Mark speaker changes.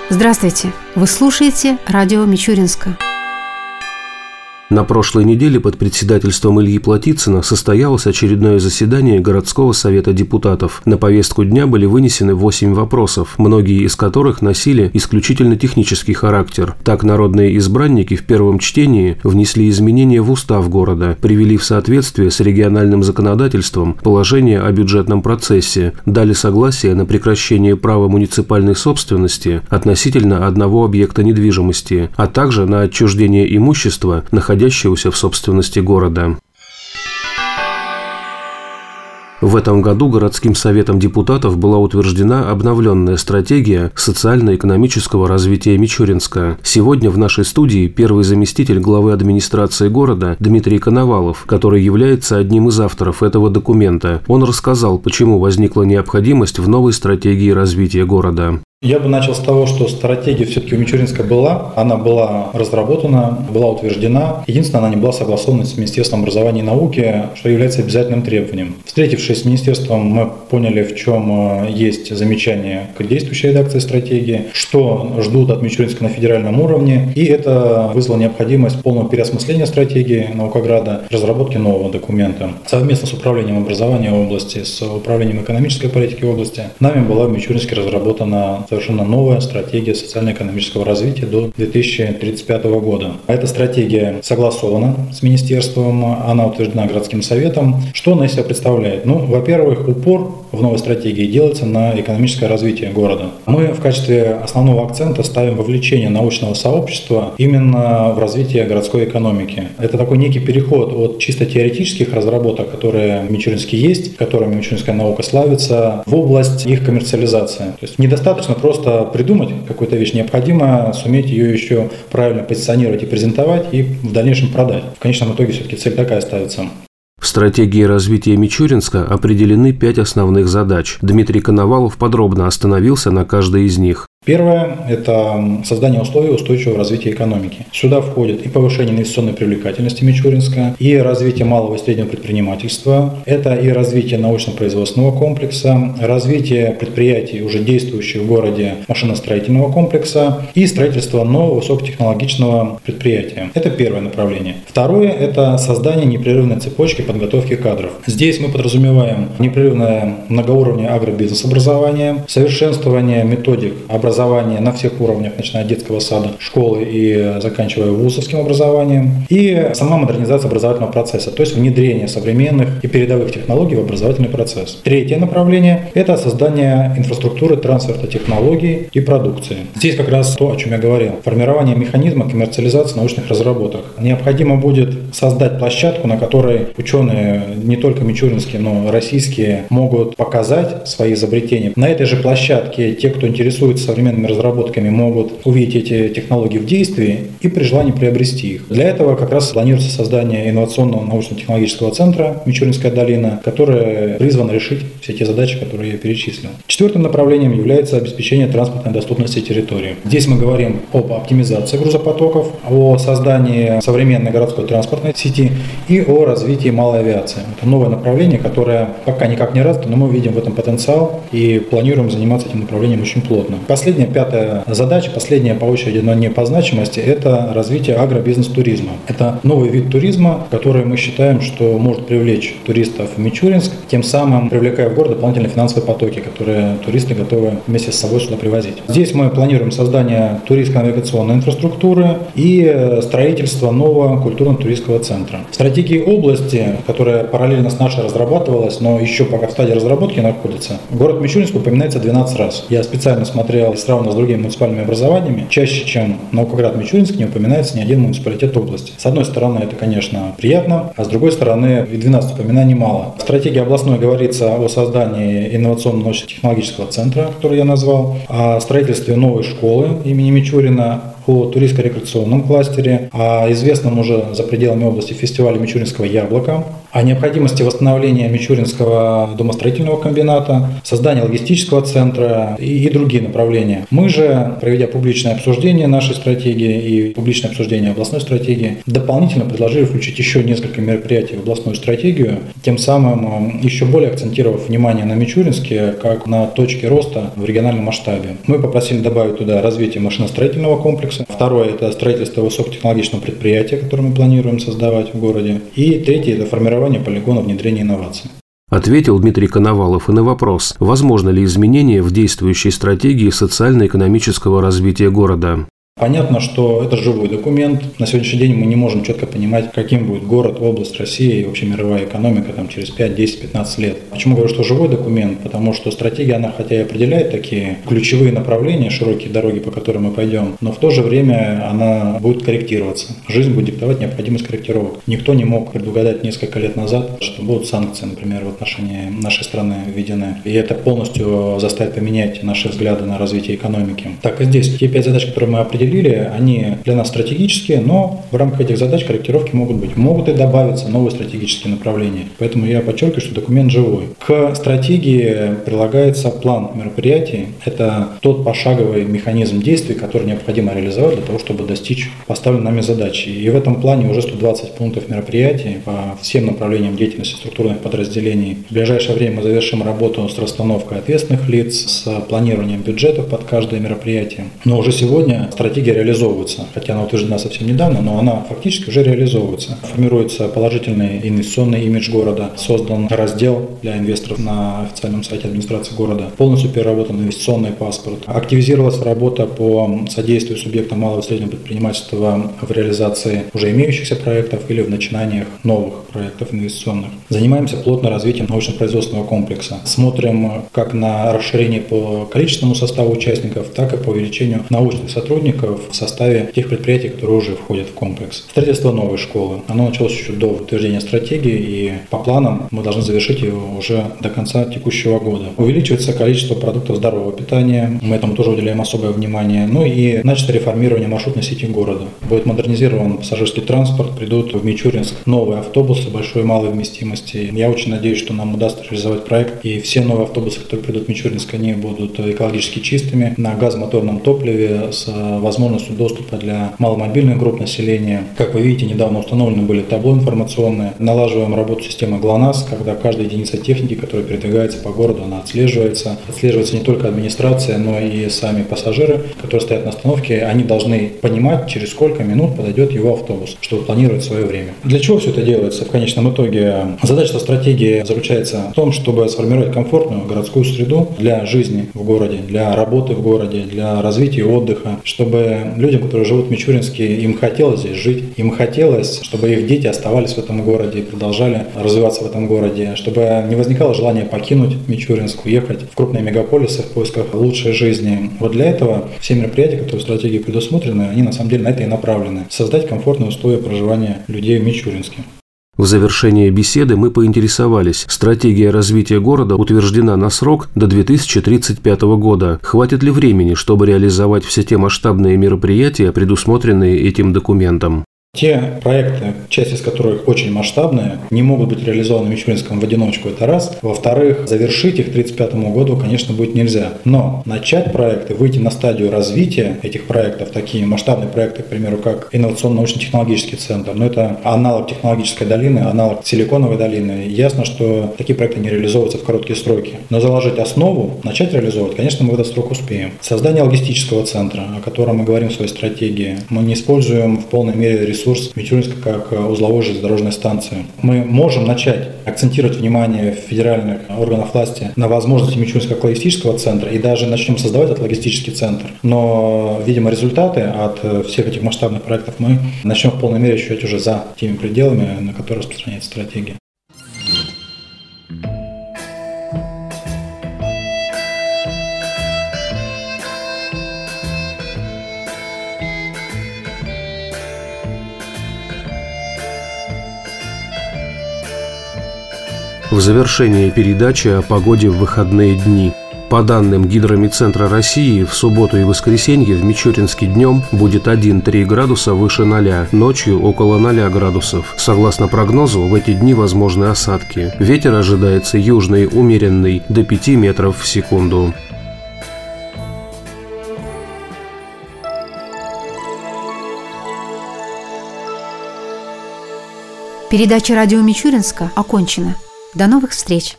Speaker 1: Здравствуйте! Вы слушаете радио Мичуринска.
Speaker 2: На прошлой неделе под председательством Ильи Плотицына состоялось очередное заседание городского совета депутатов. На повестку дня были вынесены 8 вопросов, многие из которых носили исключительно технический характер. Так, народные избранники в первом чтении внесли изменения в устав города, привели в соответствие с региональным законодательством положение о бюджетном процессе, дали согласие на прекращение права муниципальной собственности относительно одного объекта недвижимости, а также на отчуждение имущества, находящегося в собственности города. В этом году городским советом депутатов была утверждена обновленная стратегия социально-экономического развития Мичуринска. Сегодня в нашей студии первый заместитель главы администрации города Дмитрий Коновалов, который является одним из авторов этого документа. Он рассказал, почему возникла необходимость в новой стратегии развития города.
Speaker 3: Я бы начал с того, что стратегия все-таки у Мичуринска была. Она была разработана, была утверждена. Единственное, она не была согласована с Министерством образования и науки, что является обязательным требованием. Встретившись с Министерством, мы поняли, в чем есть замечания к действующей редакции стратегии, что ждут от Мичуринска на федеральном уровне. И это вызвало необходимость полного переосмысления стратегии Наукограда, разработки нового документа. Совместно с управлением образования области, с управлением экономической политики области, нами была в Мичуринске разработана совершенно новая стратегия социально-экономического развития до 2035 года. Эта стратегия согласована с министерством, она утверждена городским советом. Что она из себя представляет? Во-первых, упор в новой стратегии делается на экономическое развитие города. Мы в качестве основного акцента ставим вовлечение научного сообщества именно в развитие городской экономики. Это такой некий переход от чисто теоретических разработок, которые в Мичуринске есть, которыми мичуринская наука славится, в область их коммерциализации. То есть недостаточно просто придумать какую-то вещь, необходимо суметь ее еще правильно позиционировать и презентовать, и в дальнейшем продать. В конечном итоге все-таки цель такая ставится.
Speaker 2: В стратегии развития Мичуринска определены 5 основных задач. Дмитрий Коновалов подробно остановился на каждой из них.
Speaker 3: Первое – это создание условий устойчивого развития экономики. Сюда входит и повышение инвестиционной привлекательности Мичуринска, и развитие малого и среднего предпринимательства, это и развитие научно-производственного комплекса, развитие предприятий, уже действующих в городе машиностроительного комплекса и строительство нового высокотехнологичного предприятия. Это первое направление. Второе – это создание непрерывной цепочки подготовки кадров. Здесь мы подразумеваем непрерывное многоуровневое агробизнес-образование, совершенствование методик образования на всех уровнях, начиная от детского сада, школы и заканчивая вузовским образованием, и сама модернизация образовательного процесса, то есть внедрение современных и передовых технологий в образовательный процесс. Третье направление – это создание инфраструктуры трансферта технологий и продукции. Здесь как раз то, о чем я говорил. Формирование механизма коммерциализации научных разработок. Необходимо будет создать площадку, на которой ученые, не только мичуринские, но и российские, могут показать свои изобретения. На этой же площадке те, кто интересуется современными разработками, могут увидеть эти технологии в действии и при желании приобрести их. Для этого как раз планируется создание инновационного научно-технологического центра Мичуринская долина, которое призвано решить все те задачи, которые я перечислил. Четвертым направлением является обеспечение транспортной доступности территории. Здесь мы говорим об оптимизации грузопотоков, о создании современной городской транспортной сети и о развитии малой авиации. Это новое направление, которое пока никак не развито, но мы видим в этом потенциал и планируем заниматься этим направлением очень плотно. Последняя, пятая задача, последняя по очереди, но не по значимости, это развитие агробизнес-туризма. Это новый вид туризма, который мы считаем, что может привлечь туристов в Мичуринск, тем самым привлекая в город дополнительные финансовые потоки, которые туристы готовы вместе с собой сюда привозить. Здесь мы планируем создание туристско-навигационной инфраструктуры и строительство нового культурно-туристского центра. В стратегии области, которая параллельно с нашей разрабатывалась, но еще пока в стадии разработки находится, город Мичуринск упоминается 12 раз. Я специально смотрел и сравнивал с другими муниципальными образованиями. Чаще, чем Наукоград Мичуринск, не упоминается ни один муниципалитет области. С одной стороны, это, конечно, приятно, а с другой стороны, и 12 упоминаний мало. В стратегии областной говорится о создании инновационно-научно-технологического центра, который я назвал, о строительстве новой школы имени Мичурина, по туристско-рекреационном кластере, о известном уже за пределами области фестивале Мичуринского яблока, о необходимости восстановления Мичуринского домостроительного комбината, создания логистического центра и другие направления. Мы же, проведя публичное обсуждение нашей стратегии и публичное обсуждение областной стратегии, дополнительно предложили включить еще несколько мероприятий в областную стратегию, тем самым еще более акцентировав внимание на Мичуринске как на точке роста в региональном масштабе. Мы попросили добавить туда развитие машиностроительного комплекса. Второе – это строительство высокотехнологичного предприятия, которое мы планируем создавать в городе. И третье – это формирование полигона внедрения инноваций.
Speaker 2: Ответил Дмитрий Коновалов и на вопрос, возможно ли изменения в действующей стратегии социально-экономического развития города.
Speaker 3: Понятно, что это живой документ. На сегодняшний день мы не можем четко понимать, каким будет город, область, Россия и вообще мировая экономика через 5, 10, 15 лет. Почему говорю, что живой документ? Потому что стратегия, она хотя и определяет такие ключевые направления, широкие дороги, по которым мы пойдем, но в то же время она будет корректироваться. Жизнь будет диктовать необходимость корректировок. Никто не мог предугадать несколько лет назад, что будут санкции, например, в отношении нашей страны введены. И это полностью заставит поменять наши взгляды на развитие экономики. Так и здесь. Те 5 задач, которые мы определили, они для нас стратегические, но в рамках этих задач корректировки могут быть. Могут и добавиться новые стратегические направления. Поэтому я подчеркиваю, что документ живой. К стратегии прилагается план мероприятий. Это тот пошаговый механизм действий, который необходимо реализовать для того, чтобы достичь поставленной нами задачи. И в этом плане уже 120 пунктов мероприятий по всем направлениям деятельности структурных подразделений. В ближайшее время мы завершим работу с расстановкой ответственных лиц, с планированием бюджетов под каждое мероприятие. Но уже сегодня стратегия реализовывается, хотя она утверждена совсем недавно, но она фактически уже реализовывается. Формируется положительный инвестиционный имидж города, создан раздел для инвесторов на официальном сайте администрации города, полностью переработан инвестиционный паспорт, активизировалась работа по содействию субъектам малого и среднего предпринимательства в реализации уже имеющихся проектов или в начинаниях новых проектов инвестиционных. Занимаемся плотно развитием научно-производственного комплекса. Смотрим как на расширение по количественному составу участников, так и по увеличению научных сотрудников в составе тех предприятий, которые уже входят в комплекс. Строительство новой школы. Оно началось еще до утверждения стратегии, и по планам мы должны завершить его уже до конца текущего года. Увеличивается количество продуктов здорового питания. Мы этому тоже уделяем особое внимание. Ну и начато реформирование маршрутной сети города. Будет модернизирован пассажирский транспорт, придут в Мичуринск новые автобусы большой и малой вместимости. Я очень надеюсь, что нам удастся реализовать проект, и все новые автобусы, которые придут в Мичуринск, они будут экологически чистыми, на газомоторном топливе, с возможностью доступа для маломобильных групп населения. Как вы видите, недавно установлены были табло информационные. Налаживаем работу системы ГЛОНАСС, когда каждая единица техники, которая передвигается по городу, она отслеживается. Отслеживается не только администрация, но и сами пассажиры, которые стоят на остановке. Они должны понимать, через сколько минут подойдет его автобус, чтобы планировать свое время. Для чего все это делается в конечном итоге? Задача стратегии заключается в том, чтобы сформировать комфортную городскую среду для жизни в городе, для работы в городе, для развития и отдыха, чтобы людям, которые живут в Мичуринске, им хотелось здесь жить, им хотелось, чтобы их дети оставались в этом городе и продолжали развиваться в этом городе, чтобы не возникало желания покинуть Мичуринск, уехать в крупные мегаполисы в поисках лучшей жизни. Вот для этого все мероприятия, которые в стратегии предусмотрены, они на самом деле на это и направлены. Создать комфортные условия проживания людей в Мичуринске.
Speaker 2: В завершение беседы мы поинтересовались, стратегия развития города утверждена на срок до 2035 года. Хватит ли времени, чтобы реализовать все те масштабные мероприятия, предусмотренные этим документом?
Speaker 3: Те проекты, часть из которых очень масштабные, не могут быть реализованы в Мичуринском в одиночку, это раз. Во-вторых, завершить их к 1935 году, конечно, будет нельзя. Но начать проекты, выйти на стадию развития этих проектов, такие масштабные проекты, к примеру, как инновационно-научно-технологический центр, но это аналог технологической долины, аналог силиконовой долины. Ясно, что такие проекты не реализовываются в короткие сроки. Но заложить основу, начать реализовывать, конечно, мы в этот срок успеем. Создание логистического центра, о котором мы говорим в своей стратегии. Мы не используем в полной мере ресурсы Мичуринска как узловой железнодорожной станции. Мы можем начать акцентировать внимание федеральных органов власти на возможности Мичуринского как логистического центра и даже начнем создавать этот логистический центр. Но, видимо, результаты от всех этих масштабных проектов мы начнем в полной мере ощущать уже за теми пределами, на которые распространяется стратегия.
Speaker 2: В завершении передачи о погоде в выходные дни. По данным Гидромедцентра России, в субботу и воскресенье в Мичуринске днем будет 1-3 градуса выше 0, ночью около 0 градусов. Согласно прогнозу, в эти дни возможны осадки. Ветер ожидается южный, умеренный, до 5 метров в секунду.
Speaker 1: Передача «Радио Мичуринска» окончена. До новых встреч!